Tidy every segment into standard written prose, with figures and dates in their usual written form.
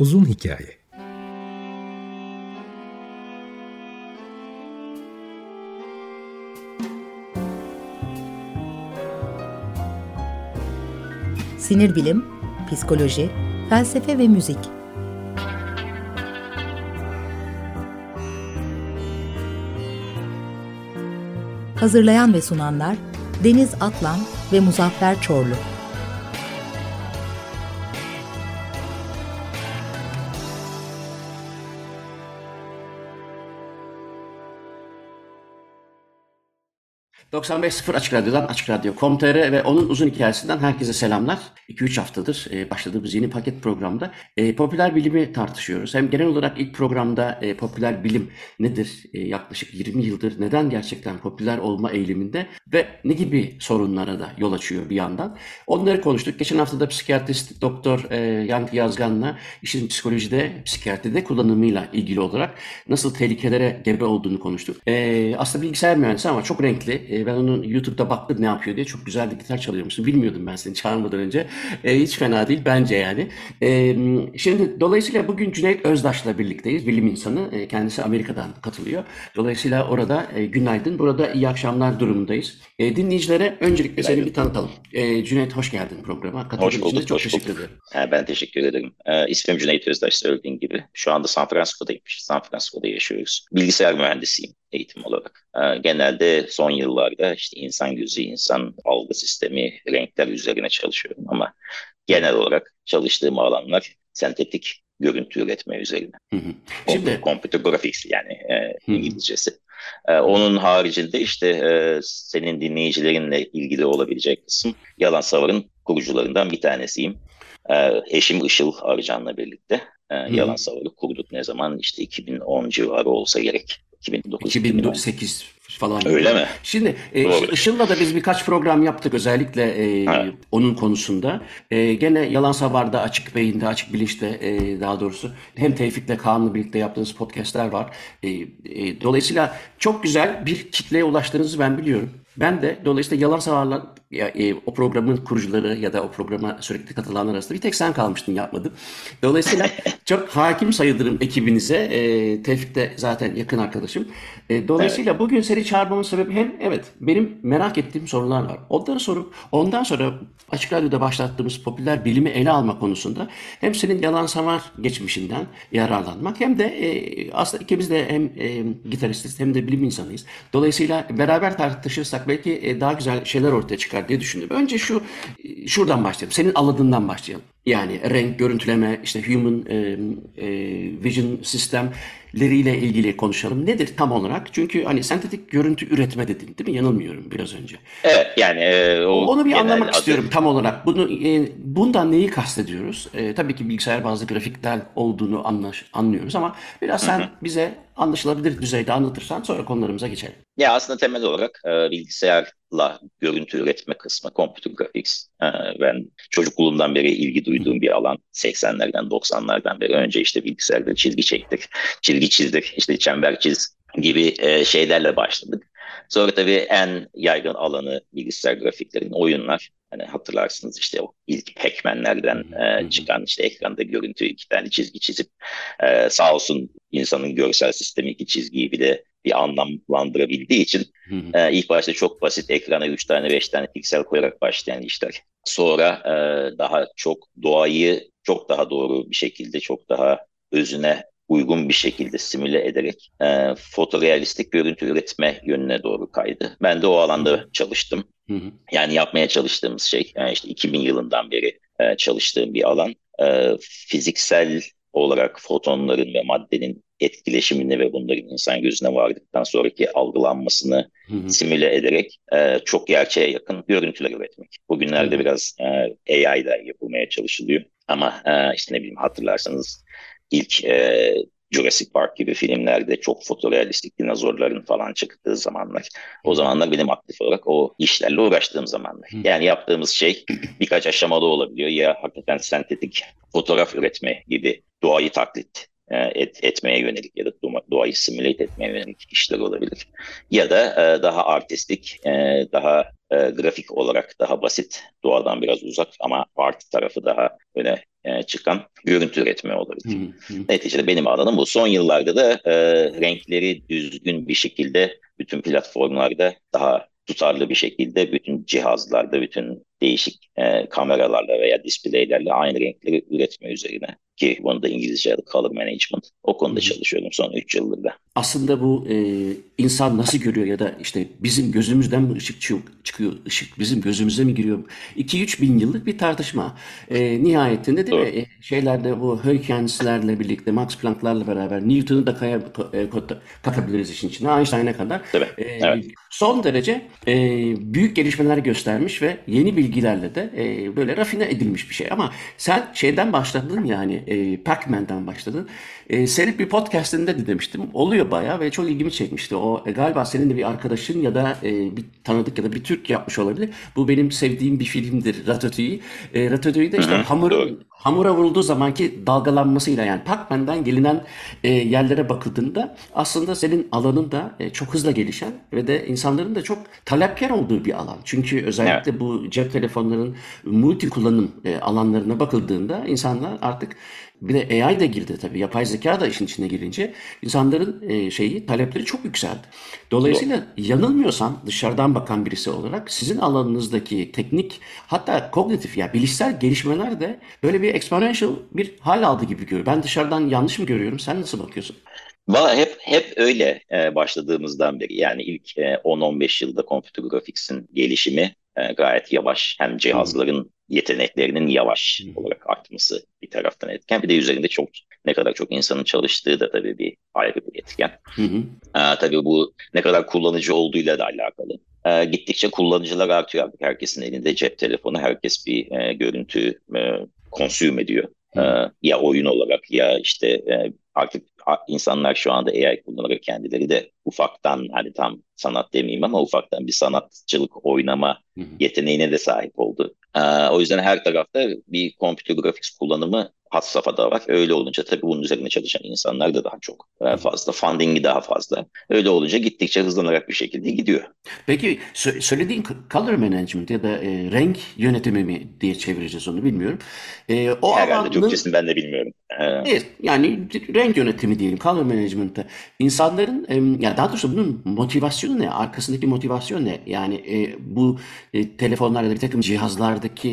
uzun hikaye. Sinir bilim, psikoloji, felsefe ve müzik. Hazırlayan ve sunanlar Deniz Atlan ve Muzaffer Çorlu. ...95.0 Açık Radyo'dan, Açık Radyo.com.tr ve onun uzun hikayesinden herkese selamlar. 2-3 haftadır başladığımız yeni paket programda popüler bilimi tartışıyoruz. Hem genel olarak ilk programda popüler bilim nedir, yaklaşık 20 yıldır neden gerçekten popüler olma eğiliminde ve ne gibi sorunlara da yol açıyor bir yandan. Onları konuştuk. Geçen hafta da psikiyatrist Doktor Yankı Yazgan'la işin psikolojide, psikiyatride kullanımıyla ilgili olarak nasıl tehlikelere gebe olduğunu konuştuk. Aslında bilgisayar mühendisi ama çok renkli. Ben onun YouTube'da baktım ne yapıyor diye. Çok güzel de gitar çalıyormuşsun. Bilmiyordum ben seni çağırmadan önce. Hiç fena değil bence yani. Şimdi dolayısıyla bugün Cüneyt Özdaş'la birlikteyiz. Bilim insanı. Kendisi Amerika'dan katılıyor. Dolayısıyla orada günaydın. Burada iyi akşamlar durumundayız. Dinleyicilere öncelikle seni bir tanıtalım. Cüneyt hoş geldin programa. Hoş bulduk. Çok teşekkür ederim. Ben teşekkür ederim. İsmim Cüneyt Özdaş, söylediğin gibi. Şu anda San Francisco'dayım. San Francisco'da yaşıyoruz. Bilgisayar mühendisiyim eğitim olarak. Genelde son yıllarda işte insan gözü, insan algı sistemi, renkler üzerine çalışıyorum ama genel olarak çalıştığım alanlar sentetik görüntü üretme üzerine. Şimdi computer graphics yani İngilizcesi. Onun haricinde işte senin dinleyicilerinle ilgili olabilecek kısım Yalan Savar'ın kurucularından bir tanesiyim. Eşim Işıl Arıcan'la birlikte Yalan Savar'ı kurduk. Ne zaman? İşte 2010 civarı olsa gerek. 2008 falan. Öyle mi? Şimdi Işıl'la da biz birkaç program yaptık özellikle onun konusunda. Gene Yalan Savar'da, Açık Beyin'de, Açık Bilinç'te daha doğrusu hem Tevfik'le Kaan'la birlikte yaptığınız podcastler var. Dolayısıyla çok güzel bir kitleye ulaştığınızı ben biliyorum. Ben de dolayısıyla Yalan Savar'la o programın kurucuları ya da o programa sürekli katılanlar arasında bir tek sen kalmıştın yapmadım. Dolayısıyla çok hakim sayılırım ekibinize. Tevfik de zaten yakın arkadaşım. Dolayısıyla bugün seni çağırmamın sebebi hem benim merak ettiğim sorular var. Onları sorup ondan sonra Açık Radyo'da başlattığımız popüler bilimi ele alma konusunda hem senin Yalan Savar geçmişinden yararlanmak hem de aslında ikimiz de hem gitaristiz hem de bilim insanıyız. Dolayısıyla beraber tartışırsak belki daha güzel şeyler ortaya çıkar diye düşündüm. Önce şuradan başlayalım. Senin alanından başlayalım. Yani renk, görüntüleme, işte human vision sistemleriyle ilgili konuşalım. Nedir tam olarak? Çünkü hani sentetik görüntü üretme dedin değil mi? Yanılmıyorum biraz önce. Evet yani onu bir anlamak istiyorum tam olarak. Bundan neyi kastediyoruz? Tabii ki bilgisayar bazı grafikler olduğunu anlıyoruz ama biraz sen bize anlaşılabilir düzeyde anlatırsan sonra konularımıza geçelim. Ya aslında temel olarak bilgisayarla görüntü üretme kısmı computer graphics. Ben çocukluğumdan beri ilgi duyduğum bir alan. 80'lerden 90'lardan beri önce işte bilgisayarda çizgi çektik, çizgi çizdik, işte çember çiz gibi şeylerle başladık. Sonra tabii en yaygın alanı bilgisayar grafiklerin oyunlar. Hani hatırlarsınız işte o ilk Pac-Man'lerden çıkan işte ekranda görüntü iki tane çizgi çizip sağ olsun insanın görsel sistemi iki çizgiyi bile bir anlamlandırabildiği için ilk başta çok basit ekrana 3 tane 5 tane piksel koyarak başlayan işler. Sonra daha çok doğayı çok daha doğru bir şekilde çok daha özüne uygun bir şekilde simüle ederek fotorealistik görüntü üretme yönüne doğru kaydı. Ben de o alanda çalıştım. Yani yapmaya çalıştığımız şey işte 2000 yılından beri çalıştığım bir alan. Fiziksel olarak fotonların ve maddenin etkileşimini ve bunların insan gözüne vardıktan sonraki algılanmasını simüle ederek çok gerçeğe yakın görüntüler üretmek. Bugünlerde biraz AI ile yapılmaya çalışılıyor. Ama işte ne bileyim hatırlarsanız ilk Jurassic Park gibi filmlerde çok fotorealistik dinozorların falan çıktığı zamanlar. O zamanlar benim aktif olarak o işlerle uğraştığım zamanlar. Yani yaptığımız şey birkaç aşamalı olabiliyor. Ya hakikaten sentetik fotoğraf üretme gibi doğayı taklit etmeye yönelik ya da doğayı simüle etmeye yönelik işler olabilir. Ya da daha artistik, daha grafik olarak daha basit, doğadan biraz uzak ama art tarafı daha öne çıkan görüntü üretme olabilir. Neticede benim alanım bu. Son yıllarda da renkleri düzgün bir şekilde bütün platformlarda daha tutarlı bir şekilde bütün cihazlarda, bütün değişik kameralarla veya displaylerle aynı renkleri üretme üzerine. Ki bunu da İngilizce adı Color Management. O konuda çalışıyorum son 3 yıldır da. Aslında bu insan nasıl görüyor ya da işte bizim gözümüzden mi ışık çıkıyor, ışık bizim gözümüze mi giriyor? 2-3 bin yıllık bir tartışma. Nihayetinde değil mi? Doğru. Şeylerde bu Huygens'lerle birlikte, Max Planck'larla beraber Newton'u da katabiliriz işin içine. Einstein'a kadar. Tabii. Evet. Son derece büyük gelişmeler göstermiş ve yeni bilgilerle de böyle rafine edilmiş bir şey. Ama sen şeyden başladın yani Pac-Man'den başladın. Senin bir podcast'inde de demiştim. Oluyor bayağı ve çok ilgimi çekmişti. O galiba senin de bir arkadaşın ya da bir tanıdık ya da bir Türk yapmış olabilir. Bu benim sevdiğim bir filmdir Ratatouille. Ratatouille'de işte Doğru. hamura vurulduğu zamanki dalgalanmasıyla yani Pac-Man'den gelinen yerlere bakıldığında aslında senin alanın da çok hızla gelişen ve de insanların da çok talepkar olduğu bir alan. Çünkü Evet. özellikle bu cep telefonlarının multi kullanım alanlarına bakıldığında insanlar artık bir de AI da girdi tabii. Yapay zeka da işin içine girince insanların talepleri çok yükseldi. Doğru. Dolayısıyla yanılmıyorsam dışarıdan bakan birisi olarak sizin alanınızdaki teknik hatta kognitif ya bilişsel gelişmeler de böyle bir exponential bir hal aldı gibi görüyorum. Ben dışarıdan yanlış mı görüyorum? Sen nasıl bakıyorsun? Valla hep öyle başladığımızdan beri. Yani ilk 10-15 yılda computer graphics'in gelişimi gayet yavaş. Hem Hı hı. cihazların yeteneklerinin yavaş olarak artması bir taraftan etken. Bir de üzerinde ne kadar çok insanın çalıştığı da tabii bir ayrı bir etken. Hı hı. Tabii bu ne kadar kullanıcı olduğuyla da alakalı. Gittikçe kullanıcılar artıyor artık. Herkesin elinde cep telefonu, herkes bir görüntü consume ediyor. Hı hı. Ya oyun olarak ya işte artık insanlar şu anda AI kullanarak kendileri de ufaktan hani tam sanat demeyeyim ama ufaktan bir sanatçılık oynama Hı hı. yeteneğine de sahip oldu. O yüzden her tarafta bir computer graphics kullanımı had safhada var. Öyle olunca tabii bunun üzerine çalışan insanlar da daha çok fazla. Funding'i daha fazla. Öyle olunca gittikçe hızlanarak bir şekilde gidiyor. Peki söylediğin color management ya da renk yönetimi mi diye çevireceğiz onu bilmiyorum. O Herhalde alanın Türkçesini ben de bilmiyorum. evet, yani renk yönetimi diyelim, color management'ta insanların yani daha doğrusu bunun motivasyonu ne? Arkasındaki motivasyon ne? Yani bu telefonlarda bir takım cihazlardaki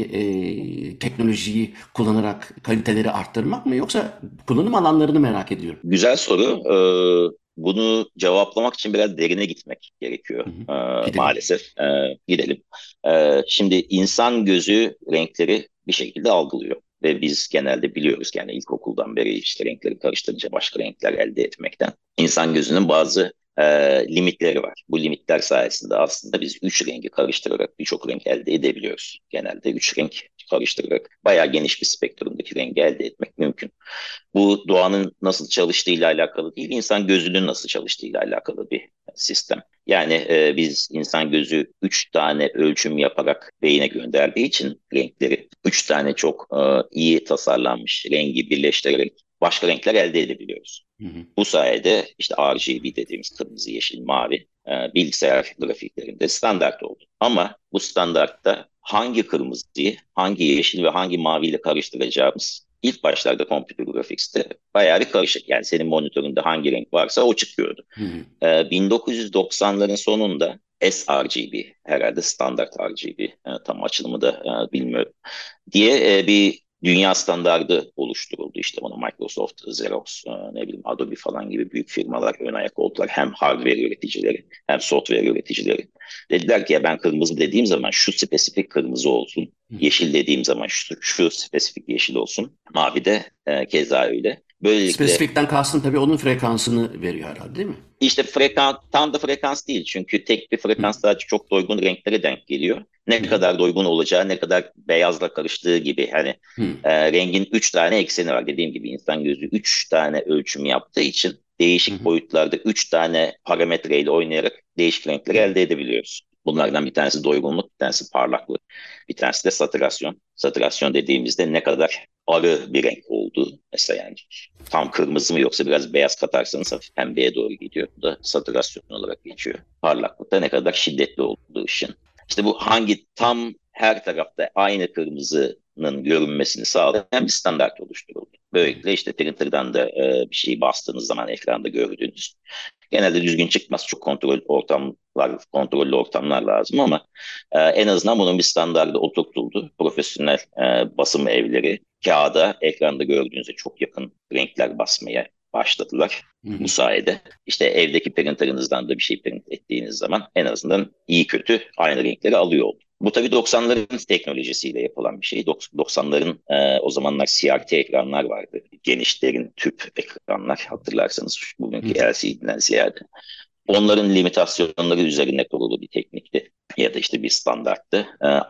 teknolojiyi kullanarak kaliteleri arttırmak mı yoksa kullanım alanlarını merak ediyorum. Güzel soru. Bunu cevaplamak için biraz derine gitmek gerekiyor Hı hı. Gidelim. maalesef. Gidelim. Şimdi insan gözü renkleri bir şekilde algılıyor. Ve biz genelde biliyoruz yani ilkokuldan beri işte renkleri karıştırınca başka renkler elde etmekten. İnsan gözünün bazı limitleri var. Bu limitler sayesinde aslında biz üç rengi karıştırarak birçok renk elde edebiliyoruz. Genelde üç renk karıştırarak bayağı geniş bir spektrumdaki rengi elde etmek mümkün. Bu doğanın nasıl çalıştığıyla alakalı değil, insan gözünün nasıl çalıştığıyla alakalı bir sistem. Yani biz insan gözü 3 tane ölçüm yaparak beyine gönderdiği için renkleri 3 tane çok iyi tasarlanmış rengi birleştirerek başka renkler elde edebiliyoruz. Hı hı. Bu sayede işte RGB dediğimiz kırmızı, yeşil, mavi bilgisayar grafiklerinde standart oldu. Ama bu standartta hangi kırmızıyı, hangi yeşil ve hangi maviyle karıştıracağımız ilk başlarda Computer Graphics'te bayağı bir karışık. Yani senin monitöründe hangi renk varsa o çıkıyordu. Hı hı. 1990'ların sonunda sRGB, herhalde standart RGB, tam açılımı da bilmiyorum, diye bir dünya standardı oluşturuldu. İşte bunu Microsoft, Xerox, ne bileyim Adobe falan gibi büyük firmalar ön ayak oldular. Hem hardware üreticileri hem software üreticileri. Dediler ki ya ben kırmızı dediğim zaman şu spesifik kırmızı olsun. Hı hı. Yeşil dediğim zaman şu spesifik yeşil olsun. Mavi de keza öyle. Böylelikle Spesifikten kastın tabii onun frekansını veriyor herhalde değil mi? işte tam da frekans değil. Çünkü tek bir Hı frekans sadece çok doygun renklere denk geliyor. Ne hı. kadar doygun olacağı, ne kadar beyazla karıştığı gibi. Hani Hı rengin 3 tane ekseni var. Dediğim gibi insan gözü 3 tane ölçüm yaptığı için hı. değişik boyutlarda 3 tane parametreyle oynayarak değişik renkleri Hı. elde edebiliyoruz. Bunlardan bir tanesi doygunluk, bir tanesi parlaklık, bir tanesi de saturasyon. Saturasyon dediğimizde ne kadar arı bir renk olduğu. Mesela yani tam kırmızı mı yoksa biraz beyaz katarsanız hafif pembeye doğru gidiyor. Bu da saturasyon olarak geçiyor. Parlaklıkta ne kadar şiddetli olduğu ışın. İşte bu hangi tam her tarafta aynı kırmızının görünmesini sağlayan bir standart oluşturuldu. Böylelikle işte printer'dan da bir şeyi bastığınız zaman ekranda gördüğünüz genelde düzgün çıkmaz. Çok kontrollü ortamlar lazım ama en azından bunun bir standardı oturtuldu. Profesyonel basım evleri kağıda, ekranda gördüğünüzde çok yakın renkler basmaya başladılar. Hı hı. Bu sayede işte evdeki printerınızdan da bir şey print ettiğiniz zaman en azından iyi kötü aynı renkleri alıyor oldu. Bu tabii 90'ların teknolojisiyle yapılan bir şey. 90'ların o zamanlar CRT ekranlar vardı. Geniş derin tüp ekranlar hatırlarsanız Hı bugünkü hı. LCD'den ziyade. Onların limitasyonları üzerine kurulu bir teknikti ya da işte bir standarttı.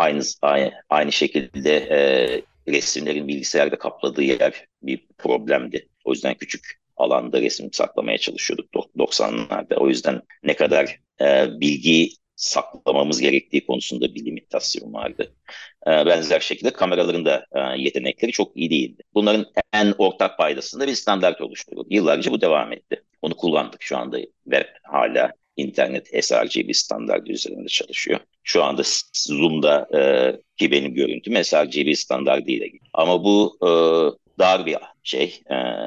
Aynı şekilde resimlerin bilgisayarda kapladığı yer bir problemdi. O yüzden küçük alanda resim saklamaya çalışıyorduk 90'larda. O yüzden ne kadar bilgi saklamamız gerektiği konusunda bir limitasyon vardı. Benzer şekilde kameraların da yetenekleri çok iyi değildi. Bunların en ortak paydasında bir standart oluşturuldu. Yıllarca bu devam etti. Onu kullandık şu anda ve hala internet sRGB standartı üzerinde çalışıyor. Şu anda Zoom'da ki benim görüntüm sRGB standartıyla gidiyor. Ama bu dar bir şey,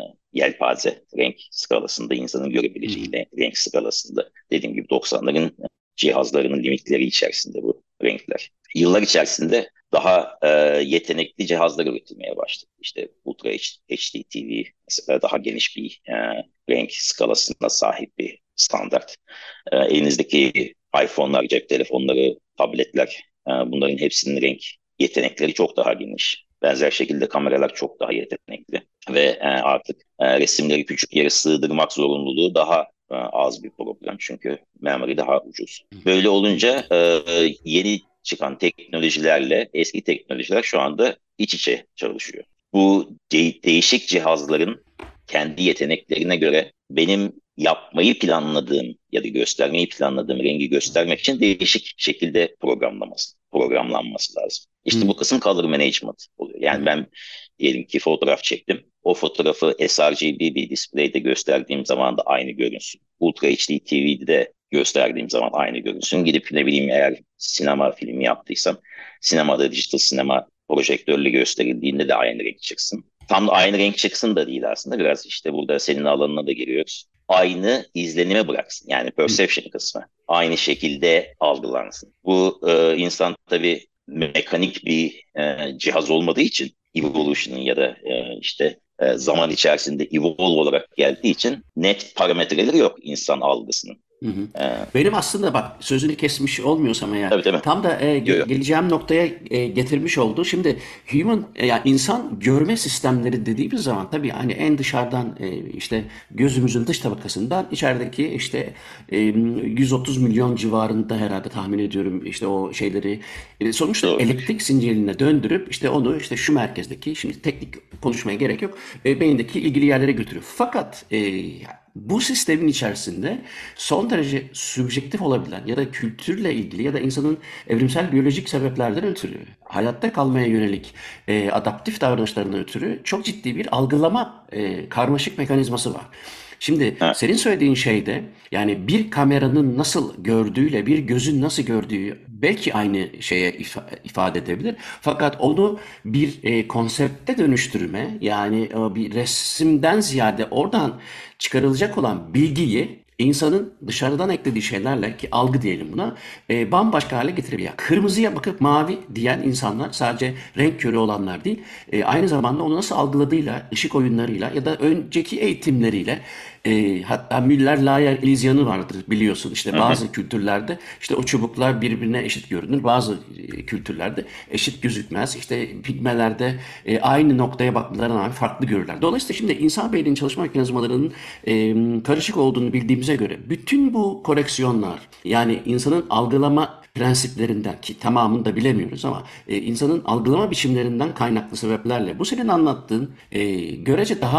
yelpaze renk skalasında, insanın Hı hı. görebileceği renk skalasında. Dediğim gibi 90'ların cihazlarının limitleri içerisinde bu renkler. Yıllar içerisinde daha yetenekli cihazlar üretilmeye başladı. İşte Ultra HD TV mesela daha geniş bir renk skalasına sahip bir standart. Elinizdeki iPhone'lar, cep telefonları, tabletler bunların hepsinin renk yetenekleri çok daha geniş. Benzer şekilde kameralar çok daha yetenekli ve artık resimleri küçük yere sığdırmak zorunluluğu daha az bir problem çünkü memory daha ucuz. Böyle olunca yeni çıkan teknolojilerle eski teknolojiler şu anda iç içe çalışıyor. Bu değişik cihazların kendi yeteneklerine göre benim yapmayı planladığım ya da göstermeyi planladığım rengi göstermek için değişik şekilde programlanması lazım. İşte bu kısım color management oluyor. Hı Yani hı. ben diyelim ki fotoğraf çektim. O fotoğrafı sRGB bir display'de gösterdiğim zaman da aynı görünsün. Ultra HD TV'de gösterdiğim zaman aynı görünsün. Gidip ne bileyim eğer sinema filmi yaptıysam sinemada dijital sinema projektörle gösterildiğinde de aynı renk çıksın. Tam da aynı renk çıksın da değil aslında. Biraz işte burada senin alanına da giriyoruz. Aynı izlenime bıraksın. Yani Hı. perception kısmı. Aynı şekilde algılansın. Bu insan tabii mekanik bir cihaz olmadığı için evolution'ın ya da işte zaman içerisinde evolve olarak geldiği için net parametreleri yok insan algısının. Hı hı. E, Benim aslında bak sözünü kesmiş olmuyorsam eğer tabii değil mi? tam da Yok yok. geleceğim noktaya getirmiş oldu. Şimdi yani insan görme sistemleri dediğimiz zaman tabii hani en dışarıdan işte gözümüzün dış tabakasından içerideki işte 130 milyon civarında herhalde tahmin ediyorum işte o şeyleri sonuçta Doğrudur. elektrik sinyaline döndürüp işte onu işte şu merkezdeki şimdi teknik konuşmaya gerek yok beyindeki ilgili yerlere götürüyor. Fakat bu sistemin içerisinde son derece subjektif olabilen ya da kültürle ilgili ya da insanın evrimsel biyolojik sebeplerden ötürü hayatta kalmaya yönelik adaptif davranışlarından ötürü çok ciddi bir algılama karmaşık mekanizması var. Şimdi Ha, senin söylediğin şeyde yani bir kameranın nasıl gördüğüyle bir gözün nasıl gördüğü belki aynı şeye ifade edebilir. Fakat onu bir konsepte dönüştürme yani bir resimden ziyade oradan çıkarılacak olan bilgiyi insanın dışarıdan eklediği şeylerle ki algı diyelim buna bambaşka hale getirebiliyor. Yani kırmızıya bakıp mavi diyen insanlar sadece renk körü olanlar değil aynı zamanda onu nasıl algıladığıyla, ışık oyunlarıyla ya da önceki eğitimleriyle hatta Müller-Lyer illüzyonu vardır biliyorsun. İşte hı hı. bazı kültürlerde işte o çubuklar birbirine eşit görünür. Bazı kültürlerde eşit gözükmez. İşte pigmelerde aynı noktaya bakmalarına rağmen farklı görürler. Dolayısıyla şimdi insan beyninin çalışma mekanizmalarının karışık olduğunu bildiğimize göre bütün bu koreksiyonlar yani insanın algılama prensiplerinden ki tamamını da bilemiyoruz ama insanın algılama biçimlerinden kaynaklı sebeplerle bu senin anlattığın görece daha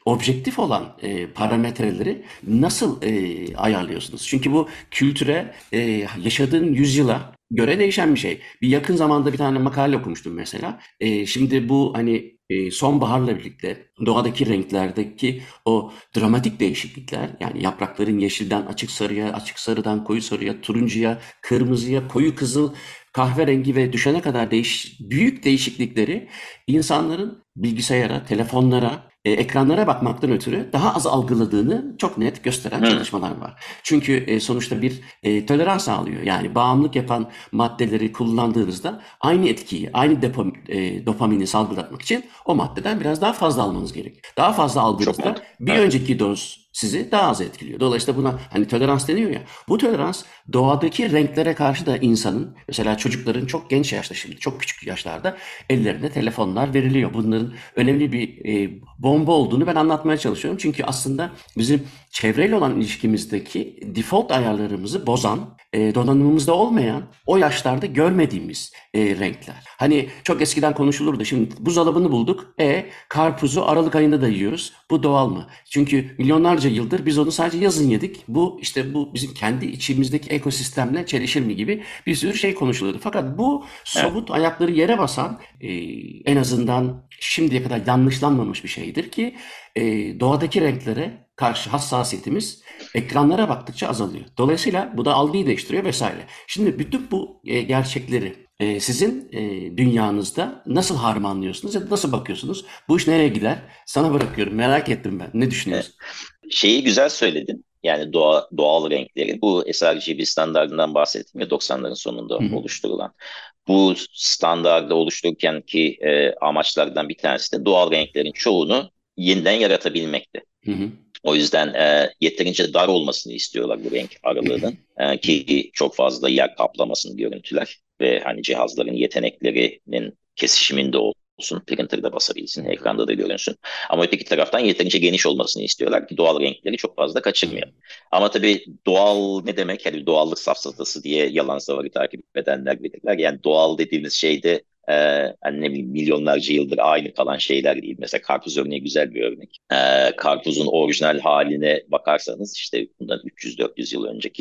objektif olan parametreleri nasıl ayarlıyorsunuz? Çünkü bu kültüre, yaşadığın yüzyıla göre değişen bir şey. Bir yakın zamanda bir tane makale okumuştum mesela. Şimdi bu hani sonbaharla birlikte doğadaki renklerdeki o dramatik değişiklikler, yani yaprakların yeşilden açık sarıya, açık sarıdan koyu sarıya, turuncuya, kırmızıya, koyu kızıl, kahverengi ve düşene kadar büyük değişiklikleri insanların bilgisayara, telefonlara, ekranlara bakmaktan ötürü daha az algıladığını çok net gösteren çalışmalar var. Çünkü sonuçta bir tolerans sağlıyor. Yani bağımlılık yapan maddeleri kullandığınızda aynı etkiyi, aynı dopamini salgılatmak için o maddeden biraz daha fazla almanız gerekiyor. Daha fazla Çok aldığınızda mantıklı. bir Evet. önceki doz sizi daha az etkiliyor. Dolayısıyla buna hani tolerans deniyor ya. Bu tolerans doğadaki renklere karşı da insanın, mesela çocukların çok genç yaşta, şimdi çok küçük yaşlarda ellerine telefonlar veriliyor. Bunların önemli bir bomba olduğunu ben anlatmaya çalışıyorum. Çünkü aslında bizim çevreyle olan ilişkimizdeki default ayarlarımızı bozan, donanımımızda olmayan, o yaşlarda görmediğimiz renkler. Hani çok eskiden konuşulurdu. Şimdi buzdolabını bulduk. Karpuzu Aralık ayında da yiyoruz. Bu doğal mı? Çünkü milyonlarca yıldır biz onu sadece yazın yedik. Bu işte bu bizim kendi içimizdeki ekosistemle çelişir mi gibi bir sürü şey konuşuluyordu. Fakat bu Evet. somut, ayakları yere basan, en azından şimdiye kadar yanlışlanmamış bir şeydir ki doğadaki renklere karşı hassasiyetimiz ekranlara baktıkça azalıyor. Dolayısıyla bu da algıyı değiştiriyor vesaire. Şimdi bütün bu gerçekleri sizin dünyanızda nasıl harmanlıyorsunuz ya da nasıl bakıyorsunuz? Bu iş nereye gider? Sana bırakıyorum. Merak ettim ben. Ne Evet. düşünüyorsun? Şeyi güzel söyledin. Yani doğal renkleri. Bu sRGB standardından bahsettim ya, 90'ların sonunda Hı hı. oluşturulan. Bu standardı oluştururken ki amaçlardan bir tanesi de doğal renklerin çoğunu yeniden yaratabilmekti. Hı hı. O yüzden yeterince dar olmasını istiyorlar bu renk aralığının, ki çok fazla yer kaplamasın görüntüler ve hani cihazların yeteneklerinin kesişiminde olsun, printer'da basabilsin, ekranda da görünsün. Ama öteki taraftan yeterince geniş olmasını istiyorlar ki doğal renkleri çok fazla kaçırmayalım. Ama tabii doğal ne demek? Yani doğallık safsatası diye yalan savarı takip edenler bilirler. Yani doğal dediğimiz şeyde hani ne bileyim milyonlarca yıldır aynı kalan şeyler değil. Mesela karpuz örneği güzel bir örnek. Karpuzun orijinal haline bakarsanız işte bundan 300-400 yıl önceki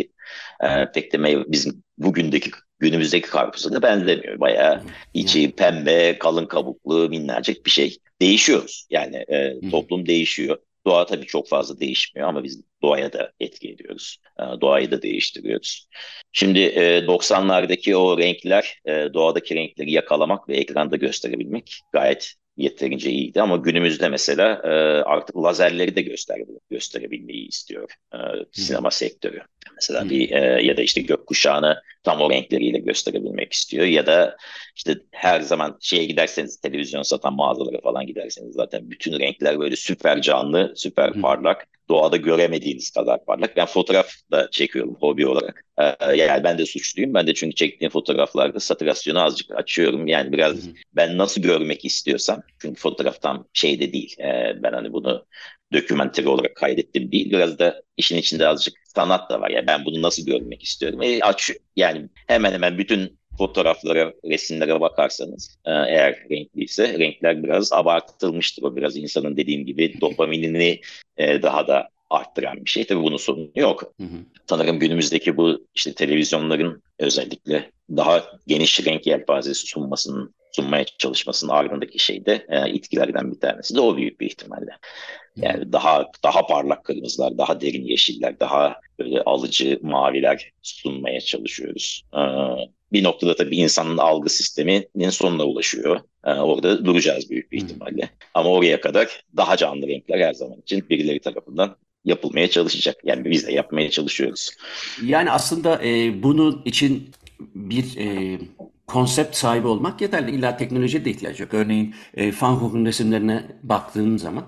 pek de bizim günümüzdeki karpuza da benzemiyor. Bayağı Yani. içi pembe, kalın kabuklu, minnacık bir şey. Değişiyoruz. Yani Hı hı. toplum değişiyor. Doğa tabii çok fazla değişmiyor ama biz doğaya da etki ediyoruz. Doğayı da değiştiriyoruz. Şimdi 90'lardaki o renkler, doğadaki renkleri yakalamak ve ekranda gösterebilmek gayet yeterince iyiydi. Ama günümüzde mesela artık lazerleri de gösterebilmeyi istiyor Hı hı. sinema sektörü. Hı Mesela hı. ya da işte gökkuşağını tam o renkleriyle gösterebilmek istiyor. Ya da işte her zaman şeye giderseniz, televizyon satan mağazalara falan giderseniz zaten bütün renkler böyle süper canlı, süper Hı hı. parlak. Doğada göremediğiniz kadar parlak. Ben fotoğraf da çekiyorum hobi olarak. Yani ben de suçluyum. Ben de çünkü çektiğim fotoğraflarda satürasyonu azıcık açıyorum. Yani Hı biraz hı. ben nasıl görmek istiyorsam. Çünkü fotoğraf tam şey de değil. Ben hani bunu dokümanteri olarak kaydettim değil. Biraz da işin içinde azıcık sanat da var. Yani ben bunu nasıl görmek istiyorum. Yani hemen hemen bütün fotoğraflara, resimlere bakarsanız eğer renkliyse renkler biraz abartılmıştır. O biraz insanın dediğim gibi dopaminini daha da arttıran bir şey. Tabii bunun sonu yok. Hı hı. Sanırım günümüzdeki bu işte televizyonların özellikle daha geniş renk yelpazesi sunmaya çalışmasının ardındaki şey de etkilerden bir tanesi de o büyük bir ihtimalle. Hı hı. Yani daha parlak kırmızılar, daha derin yeşiller, daha böyle alıcı maviler sunmaya çalışıyoruz. Bir noktada tabii insanın algı sisteminin sonuna ulaşıyor. Orada duracağız büyük bir Hı hı. ihtimalle. Ama oraya kadar daha canlı renkler her zaman için birileri tarafından yapılmaya çalışacak. Yani biz de yapmaya çalışıyoruz. Yani aslında bunun için bir konsept sahibi olmak yeterli. İlla teknolojiye de ihtiyaç yok. Örneğin Van Gogh'un resimlerine baktığın zaman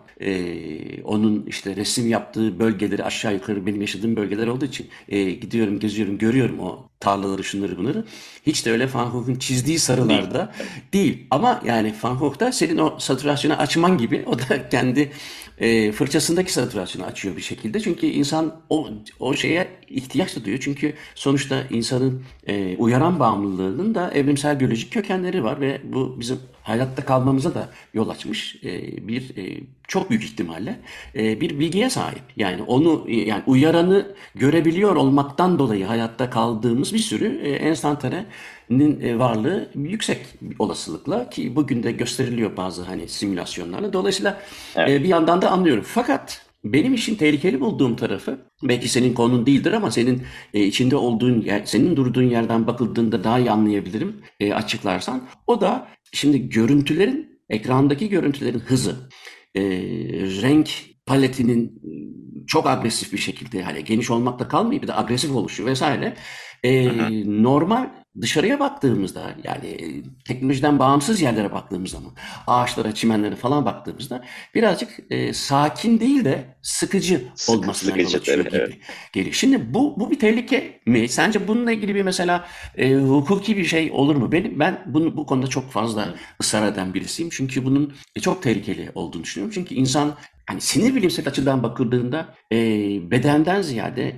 onun işte resim yaptığı bölgeleri aşağı yukarı benim yaşadığım bölgeler olduğu için gidiyorum, geziyorum, görüyorum o tarlaları, şunları, bunları. Hiç de öyle Van Gogh'un çizdiği Değil. sarılarda değil. Ama yani Van Gogh'da senin o satürasyonu açman gibi o da kendi fırçasındaki satürasyonu açıyor bir şekilde. Çünkü insan o şeye ihtiyaç da duyuyor. Çünkü sonuçta insanın uyaran bağımlılığının da evrimsel biyolojik kökenleri var ve bu bizim hayatta kalmamıza da yol açmış bir çok büyük ihtimalle bir bilgiye sahip. Yani onu yani uyaranı görebiliyor olmaktan dolayı hayatta kaldığımız bir sürü enstantanenin varlığı yüksek olasılıkla ki bugün de gösteriliyor bazı hani simülasyonlarla. Dolayısıyla Evet. bir yandan da anlıyorum. Fakat benim işin tehlikeli bulduğum tarafı belki senin konun değildir ama senin içinde olduğun yer, senin durduğun yerden bakıldığında daha iyi anlayabilirim açıklarsan. O da şimdi görüntülerin, ekrandaki görüntülerin hızı, e, renk paletinin çok agresif bir şekilde hani geniş olmakla kalmayıp bir de agresif oluşu vesaire. Hı hı. Normal dışarıya baktığımızda yani teknolojiden bağımsız yerlere baktığımız zaman ağaçlara, çimenlere falan baktığımızda birazcık sakin değil de sıkıcı olmasından yol Sıkıcı açıyor tabii. Evet. gibi geliyor. Şimdi bu bir tehlike mi? Sence bununla ilgili bir mesela hukuki bir şey olur mu? Ben bu konuda çok fazla Hı. ısrar eden birisiyim. Çünkü bunun çok tehlikeli olduğunu düşünüyorum. Çünkü insan hani sinir bilimsel açıdan bakıldığında bedenden ziyade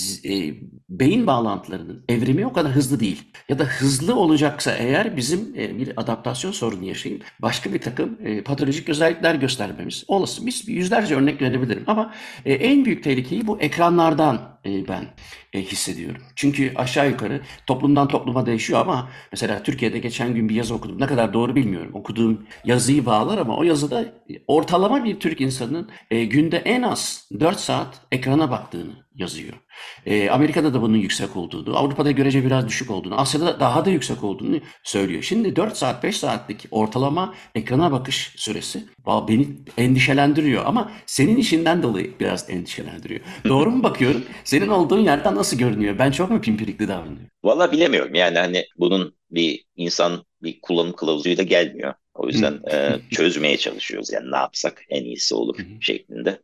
beyin bağlantılarının evrimi o kadar hızlı değil. Ya da hızlı olacaksa eğer bizim bir adaptasyon sorunu yaşayıp başka bir takım patolojik özellikler göstermemiz olası. Biz yüzlerce örnek verebilirim ama en büyük tehlikeyi bu ekranlardan ben hissediyorum. Çünkü aşağı yukarı toplumdan topluma değişiyor ama mesela Türkiye'de geçen gün bir yazı okudum. Ne kadar doğru bilmiyorum. Okuduğum yazıyı bağlar ama o yazıda ortalama bir Türk insanının günde en az 4 saat ekrana baktığını yazıyor. Amerika'da da bunun yüksek olduğunu, Avrupa'da görece biraz düşük olduğunu, Asya'da daha da yüksek olduğunu söylüyor. Şimdi 4 saat, 5 saatlik ortalama ekrana bakış süresi beni endişelendiriyor ama senin işinden dolayı biraz endişelendiriyor. Doğru mu bakıyorum? Senin olduğun yerden nasıl görünüyor? Ben çok mu pimpirikli davranıyorum? Valla bilemiyorum. Yani hani bunun bir insan bir kullanım kılavuzuyla gelmiyor. O Hı. yüzden çözmeye çalışıyoruz. Yani ne yapsak en iyisi olur Hı hı. şeklinde.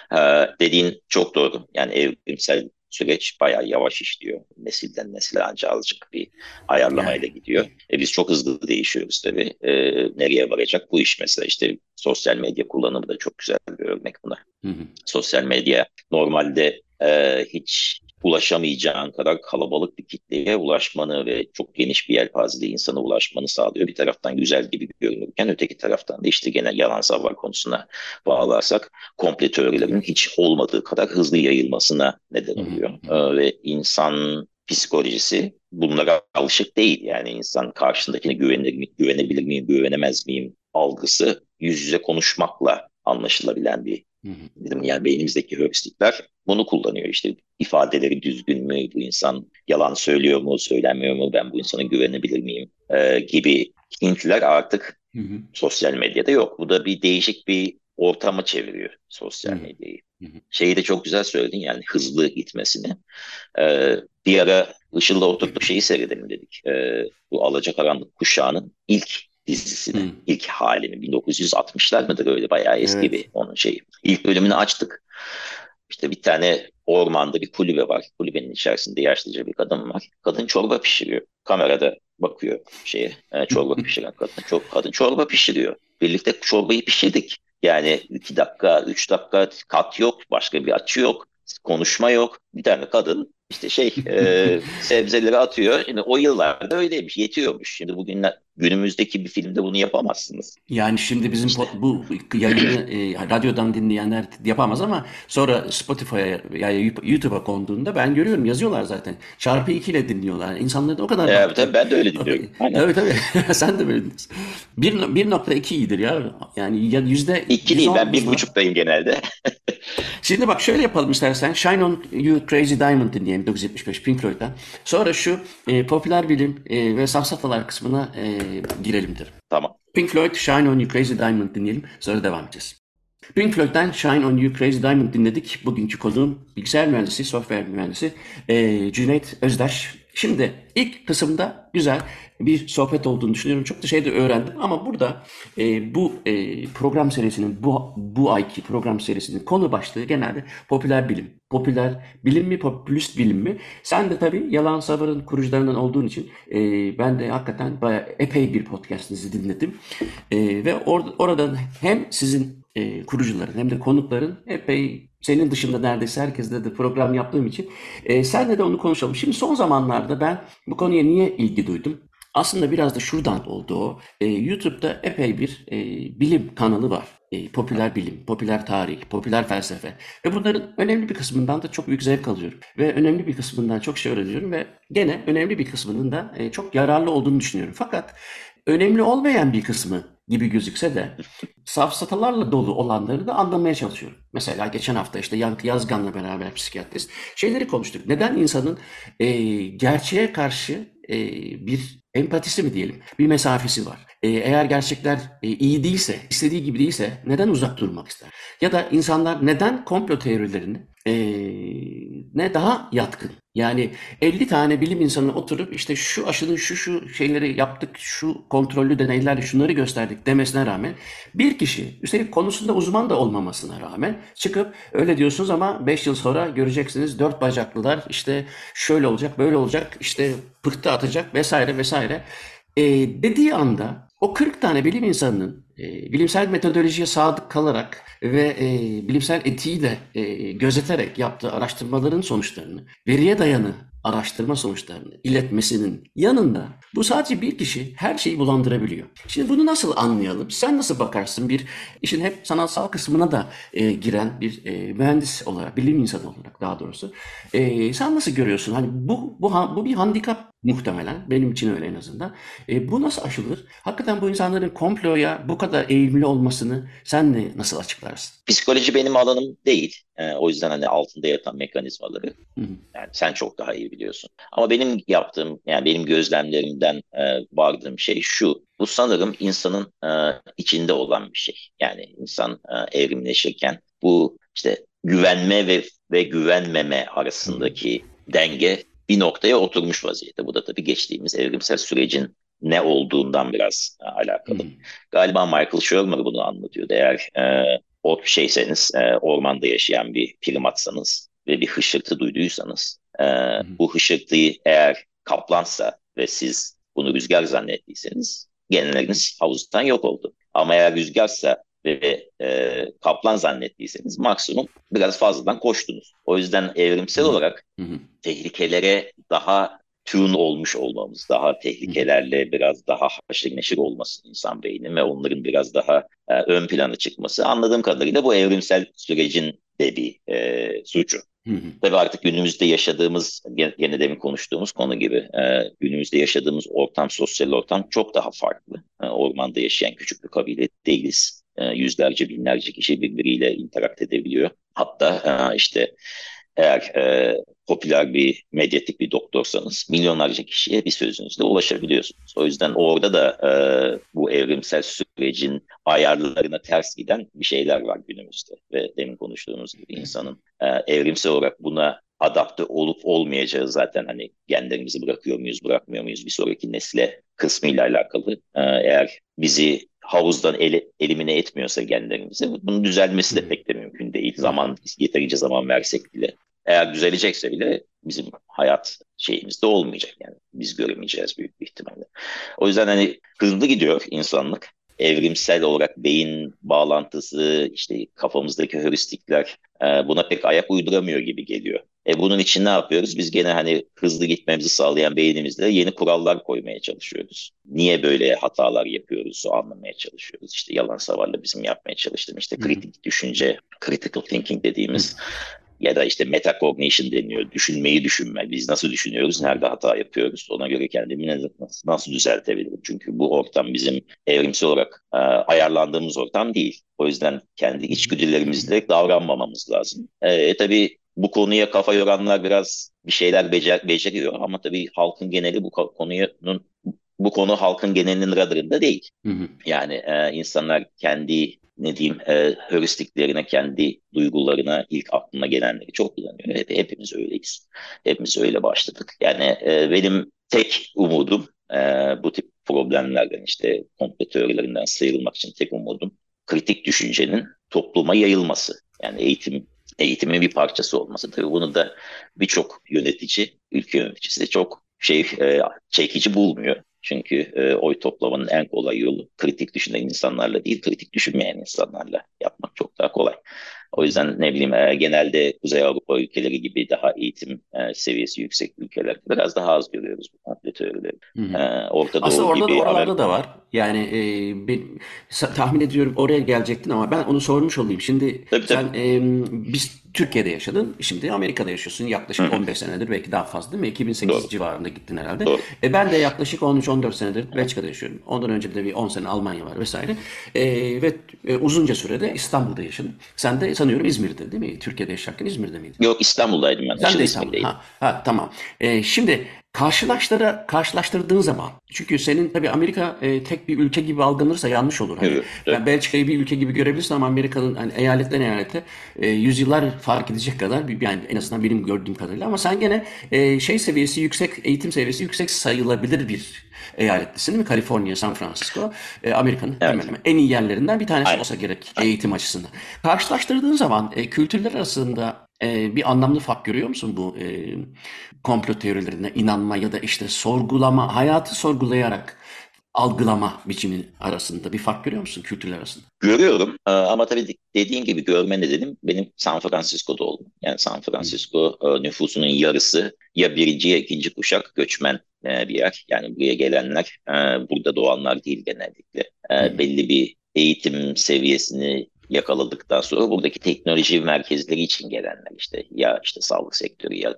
Dediğin çok doğru. Yani evrimsel süreç bayağı yavaş işliyor. Nesilden nesile ancak azıcık bir Yani. ayarlamayla gidiyor. Biz çok hızlı değişiyoruz tabii. Nereye varacak bu iş mesela işte sosyal medya kullanımı da çok güzel bir örnek buna. Hı hı. Sosyal medya normalde hiç ulaşamayacağın kadar kalabalık bir kitleye ulaşmanı ve çok geniş bir yelpazede insana ulaşmanı sağlıyor. Bir taraftan güzel gibi görünürken öteki taraftan da işte gene yalan savar konusuna bağlarsak komple teorilerinin hiç olmadığı kadar hızlı yayılmasına neden Hı hı. oluyor. Hı hı. Ve insan psikolojisi bunlara alışık değil. Yani insan karşındakine güvenebilir miyim, güvenemez miyim algısı yüz yüze konuşmakla anlaşılabilen bir Hı hı. dedim. Yani beynimizdeki heuristikler bunu kullanıyor. İşte ifadeleri düzgün mü, bu insan yalan söylüyor mu, söylemiyor mu, ben bu insana güvenebilir miyim gibi hintiler artık Hı hı. sosyal medyada yok. Bu da bir değişik bir ortama çeviriyor Hı sosyal hı. medyayı. Hı hı. Şeyi de çok güzel söyledin yani hızlı gitmesini. Bir ara Işıl'la oturduk şeyi seyredelim dedik. Bu Alacakaranlık kuşağının ilk dizisini, Hı. ilk halini 1960'lar mıdır öyle bayağı eski Evet. bir onun şeyi. İlk bölümünü açtık. İşte bir tane ormanda bir kulübe var. Kulübenin içerisinde yaşlıca bir kadın var. Kadın çorba pişiriyor. Kamerada bakıyor şeye, çorba pişiren kadın. Kadın çorba pişiriyor. Birlikte çorbayı pişirdik. Yani 2 dakika, 3 dakika kat yok, başka bir açı yok, konuşma yok. Bir tane kadın işte sebzeleri atıyor. Şimdi o yıllarda öyleymiş, yetiyormuş. Şimdi günümüzdeki bir filmde bunu yapamazsınız. Yani şimdi bizim İşte bu yayını radyodan dinleyenler yapamaz ama sonra Spotify'a ya YouTube'a konduğunda ben görüyorum yazıyorlar zaten. Çarpı 2 ile dinliyorlar. İnsanlar da o kadar baktı. tabii ben de öyle dinliyorum. Aynen. Tabii tabii. Sen de böyle dinliyorsun. 1.2 iyidir ya. Yani ya İki değil, ben %110 bir hızla. buçuktayım genelde. Şimdi bak şöyle yapalım istersen. Shine On You Crazy Diamond dinleyelim 1975 Pink Floyd'dan. Sonra şu popüler bilim ve safsatalar kısmına girelim derim. Tamam. Pink Floyd, Shine On You Crazy Diamond dinleyelim. Sonra devam edeceğiz. Pink Floyd'dan Shine On You Crazy Diamond dinledik. Bugünkü konuğum bilgisayar mühendisi, software mühendisi Cüneyt Özdaş. Şimdi ilk kısımda güzel bir sohbet olduğunu düşünüyorum. Çok da şey de öğrendim ama burada bu program serisinin, bu ayki program serisinin konu başlığı genelde popüler bilim. Popüler bilim mi, popülist bilim mi? Sen de tabii Yalan Savar'ın kurucularından olduğun için ben de hakikaten bayağı epey bir podcast'inizi dinledim. Ve oradan hem sizin kurucuların hem de konukların epey senin dışında neredeyse herkesle de program yaptığım için senle de onu konuşalım. Şimdi son zamanlarda ben bu konuya niye ilgi duydum? Aslında biraz da şuradan oldu o. YouTube'da epey bir bilim kanalı var. Popüler bilim, popüler tarih, popüler felsefe. Ve bunların önemli bir kısmından da çok büyük zevk alıyorum. Ve önemli bir kısmından çok şey öğreniyorum ve gene önemli bir kısmının da çok yararlı olduğunu düşünüyorum. Fakat önemli olmayan bir kısmı gibi gözükse de safsatalarla dolu olanları da anlamaya çalışıyorum. Mesela geçen hafta işte Yankı Yazgan'la beraber psikiyatrist şeyleri konuştuk. Neden insanın gerçeğe karşı bir empatisi mi diyelim, bir mesafesi var. Eğer gerçekler iyi değilse, istediği gibi değilse neden uzak durmak ister? Ya da insanlar neden komplo teorilerini ne daha yatkın? Yani 50 tane bilim insanı oturup işte şu aşının şu şeyleri yaptık, şu kontrollü deneylerle şunları gösterdik demesine rağmen bir kişi, üstelik konusunda uzman da olmamasına rağmen çıkıp öyle diyorsunuz ama 5 yıl sonra göreceksiniz 4 bacaklılar işte şöyle olacak, böyle olacak, işte pıhtı atacak vesaire vesaire dediği anda o 40 tane bilim insanının bilimsel metodolojiye sadık kalarak ve bilimsel etiği de gözeterek yaptığı araştırmaların sonuçlarını, veriye dayanı araştırma sonuçlarını iletmesinin yanında bu sadece bir kişi her şeyi bulandırabiliyor. Şimdi bunu nasıl anlayalım? Sen nasıl bakarsın bir işin hep sanatsal kısmına da giren bir mühendis olarak, bilim insanı olarak daha doğrusu. Sen nasıl görüyorsun? Hani bu bir handikap muhtemelen. Benim için öyle en azından. Bu nasıl aşılır? Hakikaten bu insanların komploya bu kadar eğilimli olmasını sen nasıl açıklarsın? Psikoloji benim alanım değil. O yüzden hani altında yatan mekanizmaları Hı hı. yani sen çok daha iyi biliyorsun. Ama benim yaptığım yani benim gözlemlerimden vardığım şey şu. Bu sanırım insanın içinde olan bir şey. Yani insan evrimleşirken bu işte güvenme ve güvenmeme Hı hı. arasındaki denge bir noktaya oturmuş vaziyette. Bu da tabii geçtiğimiz evrimsel sürecin ne olduğundan biraz Hı hı. alakalı. Galiba Michael Shermer bunu anlatıyordu. Eğer o şeyseniz, ormanda yaşayan bir primatsanız ve bir hışırtı duyduysanız, Hı hı. bu hışırtıyı eğer kaplansa ve siz bunu rüzgar zannettiyseniz genleriniz havuzdan yok oldu. Ama eğer rüzgarsa ve kaplan zannettiyseniz maksimum biraz fazladan koştunuz. O yüzden Hı evrimsel hı. olarak Hı hı. tehlikelere daha tune olmuş olmamız, daha Hı hı. tehlikelerle biraz daha haşır neşir olması insan beyni ve onların biraz daha ön plana çıkması anladığım kadarıyla bu evrimsel sürecin de bir suçu. Hı hı. Tabii artık günümüzde yaşadığımız, gene demin konuştuğumuz konu gibi, günümüzde yaşadığımız ortam, sosyal ortam çok daha farklı. Ormanda yaşayan küçük bir kabile değiliz. Yüzlerce, binlerce kişi birbiriyle interak edebiliyor. Hatta işte eğer popüler bir, medyatik bir doktorsanız milyonlarca kişiye bir sözünüzle ulaşabiliyorsunuz. O yüzden orada da bu evrimsel sürecin ayarlarına ters giden bir şeyler var günümüzde. Ve demin konuştuğumuz gibi insanın evrimsel olarak buna adapte olup olmayacağı zaten hani genlerimizi bırakıyor muyuz, bırakmıyor muyuz bir sonraki nesile kısmıyla alakalı. Eğer bizi havuzdan elimine etmiyorsa genlerimizi bunun düzelmesi Hı de hı. pek de mümkün değil. Hı hı. Yeterince zaman versek bile. Eğer düzelecekse bile bizim hayat şeyimizde olmayacak yani. Biz göremeyeceğiz büyük bir ihtimalle. O yüzden hani hızlı gidiyor insanlık. Evrimsel olarak beyin bağlantısı, işte kafamızdaki heuristikler buna pek ayak uyduramıyor gibi geliyor. Bunun için ne yapıyoruz? Biz gene hani hızlı gitmemizi sağlayan beynimizle yeni kurallar koymaya çalışıyoruz. Niye böyle hatalar yapıyoruz o anlamaya çalışıyoruz. İşte yalan savarla bizim yapmaya çalıştığımız işte Hı hı. kritik düşünce, critical thinking dediğimiz ya da işte metacognition deniyor. Düşünmeyi düşünme. Biz nasıl düşünüyoruz? Nerede hata yapıyoruz? Ona göre kendimi nasıl düzeltebilirim? Çünkü bu ortam bizim evrimsel olarak ayarlandığımız ortam değil. O yüzden kendi içgüdülerimizle davranmamamız lazım. Tabii bu konuya kafa yoranlar biraz bir şeyler beceriyor ama tabii halkın geneli bu konu halkın genelinin radarında değil. Hı hı. Yani insanlar kendi ne diyeyim heuristiklerine, kendi duygularına ilk aklına gelenleri çok kullanıyor. Hepimiz öyleyiz. Hepimiz öyle başladık. Yani benim tek umudum bu tip problemlerden işte komplo teorilerinden sıyrılmak için tek umudum kritik düşüncenin topluma yayılması. Yani eğitimin bir parçası olması. Tabii bunu da birçok yönetici, ülke yöneticisi de çok çekici bulmuyor. Çünkü oy toplamanın en kolay yolu kritik düşünen insanlarla değil, kritik düşünmeyen insanlarla yapmak çok daha kolay. O yüzden ne bileyim genelde Kuzey Avrupa ülkeleri gibi daha eğitim seviyesi yüksek ülkeler biraz daha az görüyoruz bu komplo teorileri. Hı hı. Orta Aslında Doğu orada da gibi oralarda da Amerika. var. Yani tahmin ediyorum oraya gelecektin ama ben onu sormuş olayım. Şimdi Tabii sen tabii. biz Türkiye'de yaşadın, şimdi Amerika'da yaşıyorsun Hı yaklaşık hı. 15 senedir belki daha fazla değil mi? 2008 Doğru. civarında gittin herhalde. Doğru. Ben de yaklaşık 13-14 senedir Belçika'da yaşıyorum. Ondan önce de bir 10 sene Almanya var vesaire. Ve uzunca sürede İstanbul'da yaşadım. Sen de sanıyorum İzmir'de değil mi? Türkiye'de yaşarken İzmir'de miydin? Yok, İstanbul'daydım ben. Sen de Aşırı İstanbul. İzmir'deydim. Tamam. Şimdi karşılaştırdığın zaman çünkü senin tabii Amerika tek bir ülke gibi algılanırsa yanlış olur. Hani Evet, tabii. ben Belçika'yı bir ülke gibi görebilirsin ama Amerika'nın hani eyaletten eyalete yüzyıllar fark edecek kadar yani en azından benim gördüğüm kadarıyla ama sen gene şey seviyesi yüksek, eğitim seviyesi yüksek sayılabilir bir eyaletlisin değil mi? Kaliforniya, San Francisco, Amerika'nın hemen Evet. hemen en iyi yerlerinden bir tanesi Aynen. olsa gerek eğitim açısından. Karşılaştırdığın zaman kültürler arasında bir anlamlı fark görüyor musun bu komplo teorilerine inanma ya da işte sorgulama, hayatı sorgulayarak algılama biçimi arasında bir fark görüyor musun kültürler arasında? Görüyorum ama tabii dediğin gibi görme nedenim benim San Francisco'da oldum. Yani San Hı Francisco nüfusunun yarısı ya birinci ya ikinci kuşak göçmen bir yer. Yani buraya gelenler burada doğanlar değil genellikle. hı hı. Belli bir eğitim seviyesini yakaladıktan sonra buradaki teknoloji merkezleri için gelenler işte ya işte sağlık sektörü ya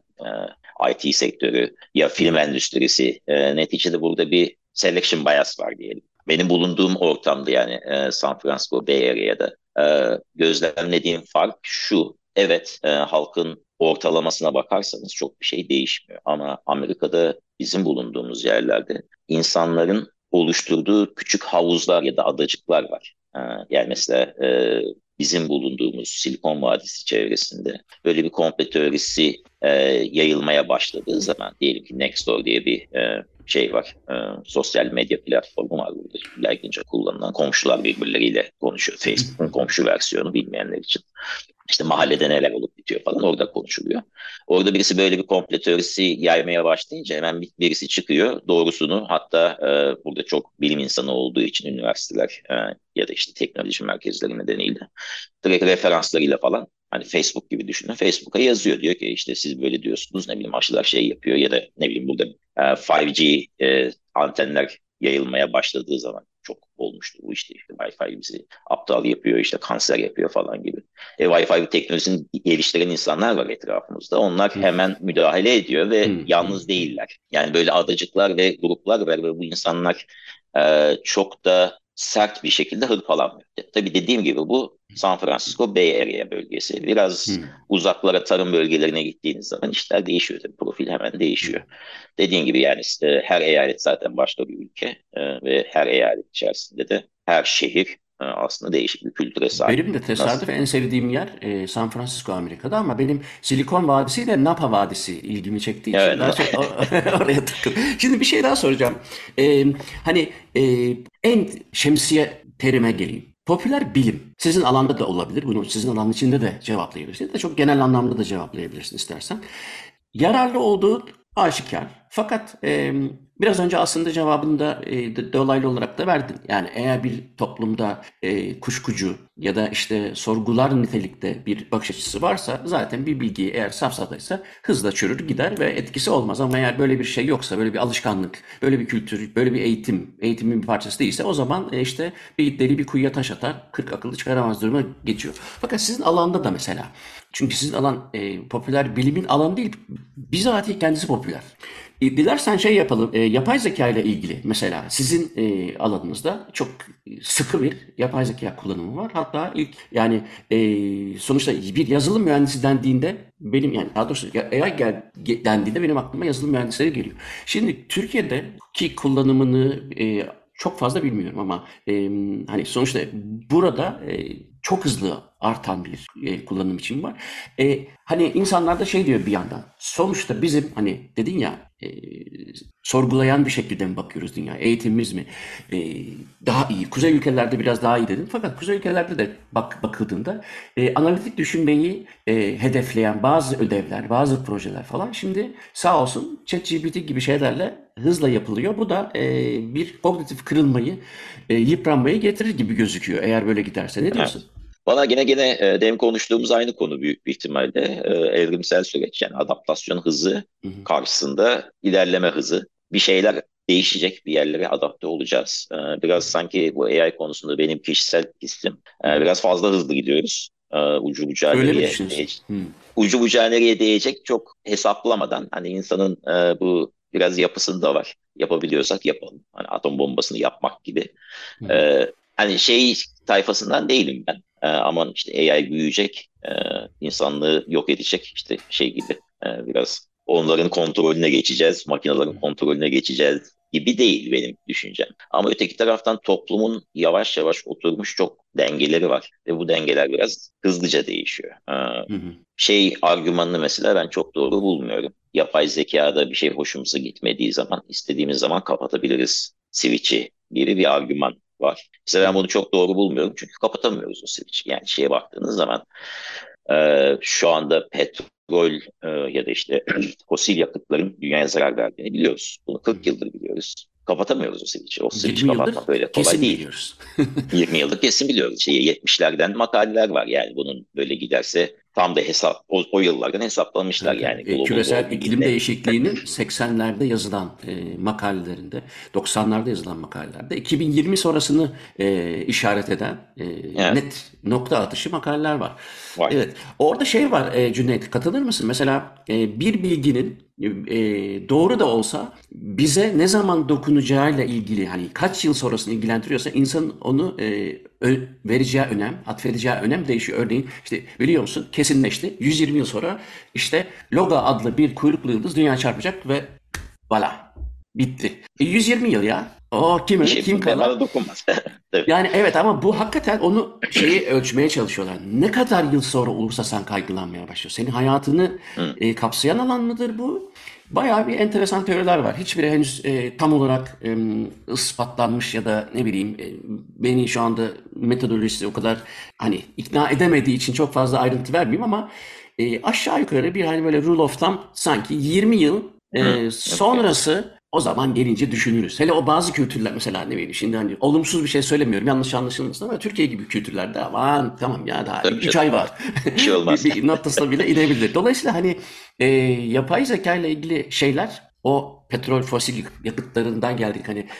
IT sektörü ya Hı film hı. endüstrisi. Neticede burada bir selection bias var diyelim. Benim bulunduğum ortamda yani San Francisco Bay Area'da gözlemlediğim fark şu. Evet, halkın ortalamasına bakarsanız çok bir şey değişmiyor. Ama Amerika'da bizim bulunduğumuz yerlerde insanların oluşturduğu küçük havuzlar ya da adacıklar var. Yani mesela bizim bulunduğumuz Silikon Vadisi çevresinde böyle bir komplo teorisi yayılmaya başladığı zaman diyelim ki Nextdoor diye bir şey var. Sosyal medya platformu var burada. Yaygınca kullanılan komşular birbirleriyle konuşuyor. Facebook'un komşu versiyonu bilmeyenler için. İşte mahallede neler olup bitiyor falan orada konuşuluyor. Orada birisi böyle bir komplo teorisi yaymaya başlayınca hemen birisi çıkıyor. Doğrusunu hatta burada çok bilim insanı olduğu için üniversiteler ya da işte teknoloji merkezleri nedeniyle direkt referanslarıyla falan hani Facebook gibi düşünün. Facebook'a yazıyor. Diyor ki işte siz böyle diyorsunuz ne bileyim aşılar şey yapıyor ya da ne bileyim burada 5G antenler yayılmaya başladığı zaman çok olmuştu bu işte Wi-Fi bizi aptal yapıyor işte kanser yapıyor falan gibi. Wi-Fi teknolojisini geliştiren insanlar var etrafımızda. Onlar Hı hemen müdahale ediyor ve hı. yalnız değiller. Yani böyle adacıklar ve gruplar var ve bu insanlar çok da sert bir şekilde hırpalanmıyor. Tabii dediğim gibi bu San Francisco Bay Area bölgesi. Biraz Hı uzaklara tarım bölgelerine gittiğiniz zaman işler değişiyor. Tabii profil hemen hı. değişiyor. Dediğim gibi yani her eyalet zaten başka bir ülke ve her eyalet içerisinde de her şehir aslında değişik bir kültüre sahip. Benim de Nasıl? tesadüf en sevdiğim yer San Francisco Amerika'da ama benim Silikon Vadisi ile Napa Vadisi ilgimi çektiği için Evet. daha çok oraya takıldım. Şimdi bir şey daha soracağım. E, hani e, en şemsiye terime geleyim. Popüler bilim. Sizin alanda da olabilir. Bunu sizin alanın içinde de cevaplayabilirsiniz. De çok genel anlamda da cevaplayabilirsin istersen. Yararlı olduğu aşikar. Fakat biraz önce aslında cevabını da dolaylı olarak da verdin. Yani eğer bir toplumda kuşkucu ya da işte sorgular nitelikte bir bakış açısı varsa zaten bir bilgi eğer safsadaysa hızla çürür gider ve etkisi olmaz. Ama eğer böyle bir şey yoksa, böyle bir alışkanlık, böyle bir kültür, böyle bir eğitimin bir parçası değilse o zaman işte bir deli bir kuyuya taş atar, 40 akıllı çıkaramaz duruma geçiyor. Fakat sizin alanda da mesela çünkü sizin alan popüler bilimin alanı değil, bizatihi kendisi popüler. Dilersen şey yapalım, yapay zeka ile ilgili mesela sizin alanınızda çok sıkı bir yapay zeka kullanımı var. Hatta ilk yani sonuçta bir yazılım mühendisi dendiğinde benim yani daha doğrusu AI dendiğinde benim aklıma yazılım mühendisleri geliyor. Şimdi Türkiye'deki kullanımını çok fazla bilmiyorum ama hani sonuçta burada çok hızlı artan bir kullanım için var. Hani insanlar da şey diyor bir yandan. Sonuçta bizim hani dedin ya sorgulayan bir şekilde mi bakıyoruz dünya? Eğitimimiz mi daha iyi? Kuzey ülkelerde biraz daha iyi dedim. Fakat kuzey ülkelerde de bakıldığında analitik düşünmeyi hedefleyen bazı ödevler, bazı projeler falan şimdi sağ olsun ChatGPT gibi şeylerle hızla yapılıyor. Bu da bir kognitif kırılmayı, yıpranmayı getirir gibi gözüküyor eğer böyle giderse. Ne Evet. diyorsun? Bana gene demin konuştuğumuz aynı konu büyük bir ihtimalle. Evrimsel süreç, yani adaptasyon hızı Hı hı. karşısında ilerleme hızı. Bir şeyler değişecek, bir yerlere adapte olacağız. Biraz sanki bu AI konusunda benim kişisel hissim. Hı hı. Biraz fazla hızlı gidiyoruz. Ucu bucağı Öyle mi nereye düşünüyorsun? değecek? Hı. Ucu bucağı nereye değecek çok hesaplamadan, hani insanın bu biraz yapısında var. Yapabiliyorsak yapalım. Hani atom bombasını yapmak gibi. Hı hı. Hani şey tayfasından değilim ben. Aman işte AI büyüyecek, insanlığı yok edecek, işte şey gibi. Biraz onların kontrolüne geçeceğiz, makinelerin kontrolüne geçeceğiz gibi değil benim düşüncem. Ama öteki taraftan toplumun yavaş yavaş oturmuş çok dengeleri var ve bu dengeler biraz hızlıca değişiyor. Hı hı. Şey argümanını mesela ben çok doğru bulmuyorum. Yapay zekada bir şey hoşumuza gitmediği zaman istediğimiz zaman kapatabiliriz switch'i gibi bir argüman var. Mesela Hı ben hı. bunu çok doğru bulmuyorum çünkü kapatamıyoruz o switch'i. Yani şeye baktığınız zaman şu anda petrol ya da işte fosil yakıtların dünyaya zarar verdiğini biliyoruz. Bunu Hı 40 hı. yıldır biliyoruz. Kapatamıyoruz o switch'i. O switch'i 20 yıldır kapatmak öyle kolay kesin değil. biliyoruz. 20 yıldır kesin biliyoruz. 70'lerden makaleler var, yani bunun böyle giderse tam da o yıllardan hesaplamışlar, Tabii, tabii. yani global Küresel warming'in iklim ne. değişikliğinin 80'lerde yazılan makalelerinde, 90'larda yazılan makalelerde, 2020 sonrasını işaret eden Evet, net nokta atışı makaleler var. var. Evet, orada şey var Cüneyt, katılır mısın? Mesela bir bilginin doğru da olsa bize ne zaman dokunacağıyla ilgili, hani kaç yıl sonrasını ilgilendiriyorsa insanın onu vereceği önem, atfedeceği önem değişiyor. Örneğin işte biliyor musun, kesinleşti. 120 yıl sonra işte Loga adlı bir kuyruklu yıldız dünyaya çarpacak ve voilà, bitti. 120 yıl ya. O kim Bir ölür şey kim kalır? bana dokunmaz. Tabii. Yani evet, ama bu hakikaten onu şeyi ölçmeye çalışıyorlar. Ne kadar yıl sonra olursa sen kaygılanmaya başlıyorsun. Senin hayatını Hı, kapsayan alan mıdır bu? Bayağı bir enteresan teoriler var. Hiçbiri henüz tam olarak ispatlanmış ya da ne bileyim, beni şu anda metodolojisi o kadar hani ikna edemediği için çok fazla ayrıntı vermeyeyim, ama aşağı yukarı bir hani böyle rule of thumb, sanki 20 yıl hı. Okey. sonrası o zaman gelince düşünürüz. Hele o bazı kültürler, mesela ne bileyim, şimdi hani olumsuz bir şey söylemiyorum, yanlış anlaşılmasın, ama Türkiye gibi kültürlerde aman tamam ya, daha Tabii 3 canım. ay var. Bir şey olmaz. Bir noktasına bile inebilir. Dolayısıyla hani yapay zeka ile ilgili şeyler, o petrol fosil yakıtlarından geldik, hani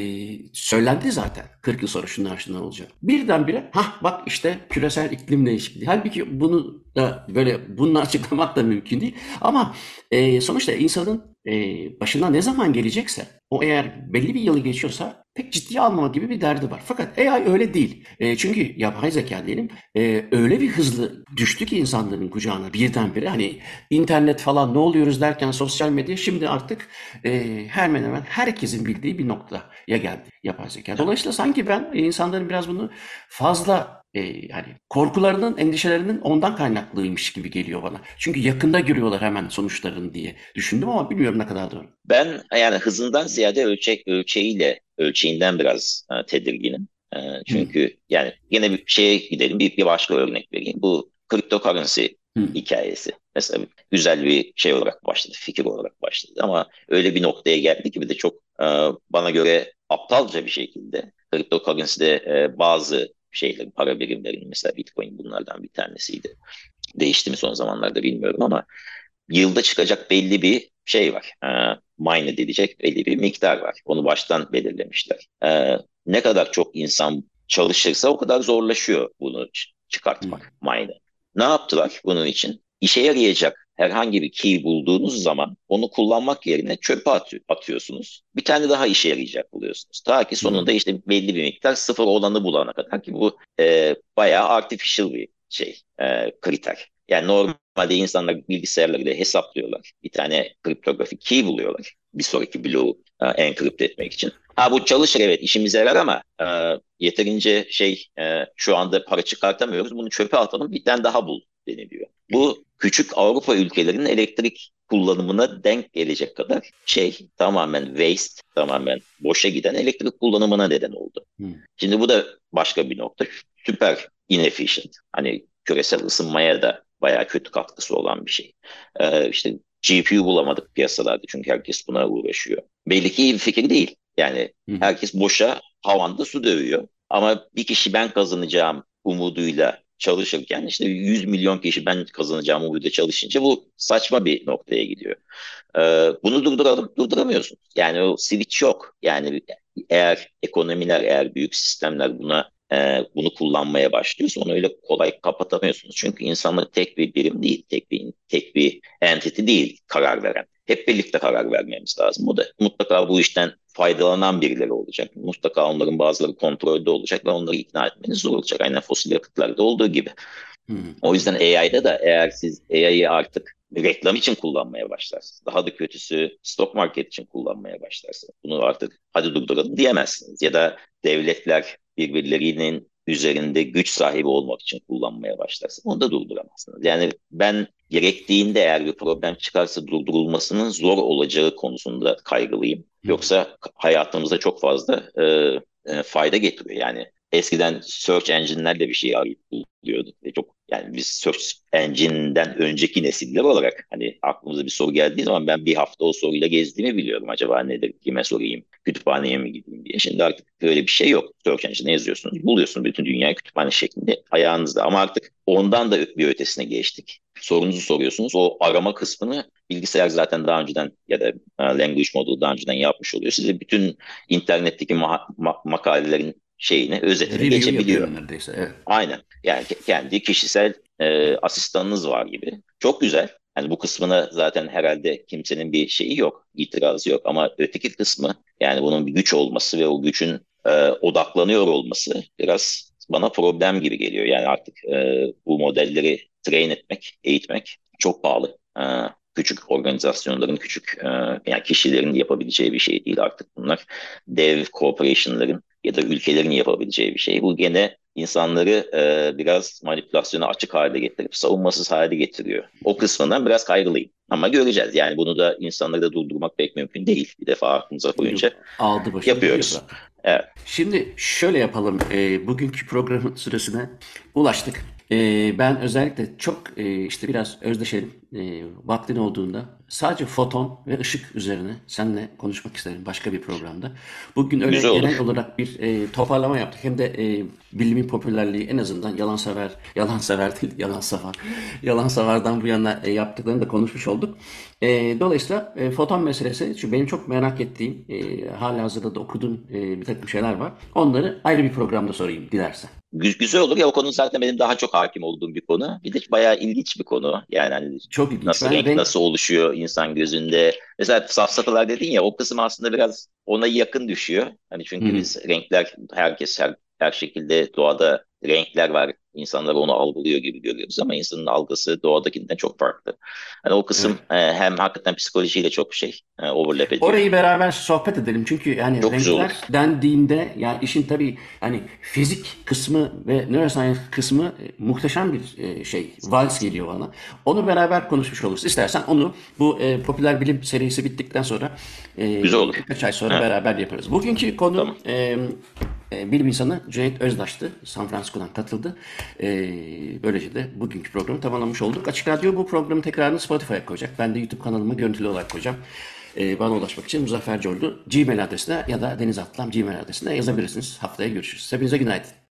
söylendi zaten 40 yıl sonra şunlar olacak. Birdenbire bak işte küresel iklim değişikliği. Halbuki bunu da böyle bununla açıklamak da mümkün değil. Ama sonuçta insanın başına ne zaman gelecekse, o eğer belli bir yılı geçiyorsa pek ciddiye almama gibi bir derdi var. Fakat AI öyle değil. Çünkü yapay zeka diyelim öyle bir hızlı düştü ki insanların kucağına birdenbire, hani internet falan ne oluyoruz derken sosyal medya, şimdi artık hemen hemen herkesin bildiği bir noktaya geldi yapay zeka. Dolayısıyla sanki ben insanların biraz bunu fazla hani korkularının, endişelerinin ondan kaynaklıymış gibi geliyor bana. Çünkü yakında görüyorlar hemen sonuçlarını diye düşündüm, ama bilmiyorum ne kadar doğru. Ben yani hızından ziyade ölçeğinden biraz tedirginim. Hı, Çünkü yani yine bir şeye gidelim, bir başka örnek vereyim. Bu cryptocurrency hı, hikayesi. Mesela güzel bir şey olarak başladı, fikir olarak başladı ama öyle bir noktaya geldi ki bir de çok bana göre aptalca bir şekilde cryptocurrency'de bazı şeylerin, para birimlerinin, mesela Bitcoin bunlardan bir tanesiydi. Değişti mi son zamanlarda bilmiyorum ama yılda çıkacak belli bir şey var. Mine edilecek belli bir miktar var. Onu baştan belirlemişler. Ne kadar çok insan çalışırsa o kadar zorlaşıyor bunu hı, çıkartmak, mine'ı. Ne yaptılar bunun için? İşe yarayacak herhangi bir key bulduğunuz zaman onu kullanmak yerine çöpe atıyorsunuz. Bir tane daha işe yarayacak buluyorsunuz. Ta ki hı, sonunda işte belli bir miktar sıfır olanı bulana kadar, ki bu bayağı artificial bir şey, kriter. Yani normalde insanlar bilgisayarlarıyla hesaplıyorlar. Bir tane kriptografik key buluyorlar. Bir sonraki bloğu enkripte etmek için. Ha, bu çalışır, evet, işimize yarar ama yeterince şu anda para çıkartamıyoruz. Bunu çöpe atalım, bir tane daha bul deniliyor. Bu küçük Avrupa ülkelerinin elektrik kullanımına denk gelecek kadar tamamen waste, tamamen boşa giden elektrik kullanımına neden oldu. hı. Şimdi bu da başka bir nokta. Süper inefficient. Hani küresel ısınmaya da bayağı kötü katkısı olan bir şey. İşte GPU bulamadık piyasalarda çünkü herkes buna uğraşıyor. Belli ki iyi bir fikir değil. Yani Hı hı. herkes boşa havanda su dövüyor. Ama bir kişi ben kazanacağım umuduyla çalışırken işte 100 milyon kişi ben kazanacağım umuduyla çalışınca bu saçma bir noktaya gidiyor. Bunu durduralım, durduramıyorsun. Yani o switch yok. Yani eğer ekonomiler, eğer büyük sistemler bunu kullanmaya başlıyorsa onu öyle kolay kapatamıyorsunuz. Çünkü insanlar tek bir birim değil, tek bir entity değil karar veren. Hep birlikte karar vermemiz lazım. O da mutlaka bu işten faydalanan birileri olacak. Mutlaka onların bazıları kontrolde olacak ve onları ikna etmeniz zor olacak. Aynen fosil yakıtlarda olduğu gibi. Hmm. O yüzden AI'da da eğer siz AI'yi artık reklam için kullanmaya başlarsınız, daha da kötüsü stock market için kullanmaya başlarsınız, bunu artık hadi durduralım diyemezsiniz. Ya da devletler birbirlerinin üzerinde güç sahibi olmak için kullanmaya başlarsa onu da durduramazsınız. Yani ben gerektiğinde eğer bir problem çıkarsa durdurulmasının zor olacağı konusunda kaygılıyım. Yoksa hayatımıza çok fazla fayda getiriyor. Yani eskiden search engine'lerle bir şey arayıp buluyorduk. Çok yani biz search engine'den önceki nesiller olarak hani aklımıza bir soru geldiği zaman ben bir hafta o soruyla gezdiğimi biliyorum. Acaba nedir, kime sorayım, kütüphaneye mi gideyim diye. Şimdi artık böyle bir şey yok. Search engine'e yazıyorsunuz, buluyorsunuz. Bütün dünya kütüphane şeklinde ayağınızda. Ama artık ondan da bir ötesine geçtik. Sorunuzu soruyorsunuz. O arama kısmını bilgisayar zaten daha önceden ya da language model daha önceden yapmış oluyor. Size bütün internetteki makalelerin özetini Review yapıyor geçebiliyor. neredeyse. Evet. Aynen. Yani kendi kişisel asistanınız var gibi. Çok güzel. Yani bu kısmına zaten herhalde kimsenin bir şeyi yok, itirazı yok. Ama öteki kısmı yani bunun bir güç olması ve o gücün odaklanıyor olması biraz bana problem gibi geliyor. Yani artık bu modelleri train etmek, eğitmek çok pahalı. Küçük organizasyonların, küçük yani kişilerin yapabileceği bir şey değil artık bunlar. Dev corporation'ların ya da ülkelerin yapabileceği bir şey. Bu gene insanları biraz manipülasyona açık hale getirip savunmasız hale getiriyor. O kısmından biraz kaygılıyım. Ama göreceğiz. Yani bunu da insanları da durdurmak pek mümkün değil. Bir defa aklımıza Yok, koyunca aldı başını gidiyor yapıyoruz. zaten. Evet, Şimdi şöyle yapalım. Bugünkü programın süresine ulaştık. Ben özellikle çok işte biraz özdeşelim. Vaktin olduğunda sadece foton ve ışık üzerine seninle konuşmak isterim başka bir programda. Bugün öyle güzel genel olur. olarak bir toparlama yaptık. Hem de bilimin popülerliği en azından yalansever değil, yalansavar. Yalansavardan bu yana yaptıklarını da konuşmuş olduk. Dolayısıyla foton meselesi, çünkü benim çok merak ettiğim, halihazırda da okuduğum bir takım şeyler var. Onları ayrı bir programda sorayım dilersen. Güzel olur ya, o konu zaten benim daha çok hakim olduğum bir konu. Bir de bayağı ilginç bir konu. Yani hani Çok ilginç. nasıl Ben renk renk. nasıl oluşuyor insan gözünde. Mesela safsatalar dedin ya, o kısım aslında biraz ona yakın düşüyor. Hani Hı çünkü hı. biz renkler herkes her şekilde doğada renkler var. İnsanlar onu algılıyor gibi görüyoruz ama insanın algısı doğadakinden çok farklı. Hani o kısım Evet. hem hakikaten psikolojiyle çok overlap ediyor. Orayı beraber sohbet edelim. Çünkü yani Çok güzel renkler olur. dendiğinde yani işin tabii hani fizik kısmı ve neuroscience kısmı muhteşem bir şey. Vals geliyor bana. Onu beraber konuşmuş oluruz. İstersen onu bu popüler bilim serisi bittikten sonra Güzel olur. birkaç ay sonra Ha, beraber yaparız. Bugünkü konu tamam. bilim insanı Cüneyt Özdaş'tı. San Francisco'dan katıldı. Böylece de bugünkü programı tamamlamış olduk. Açık Radyo bu programın tekrarını Spotify'a koyacak. Ben de YouTube kanalıma görüntülü olarak koyacağım. Bana ulaşmak için Muzaffer Coğlu Gmail adresine ya da Deniz Atlam Gmail adresine yazabilirsiniz. Haftaya görüşürüz. Hepinize günaydın.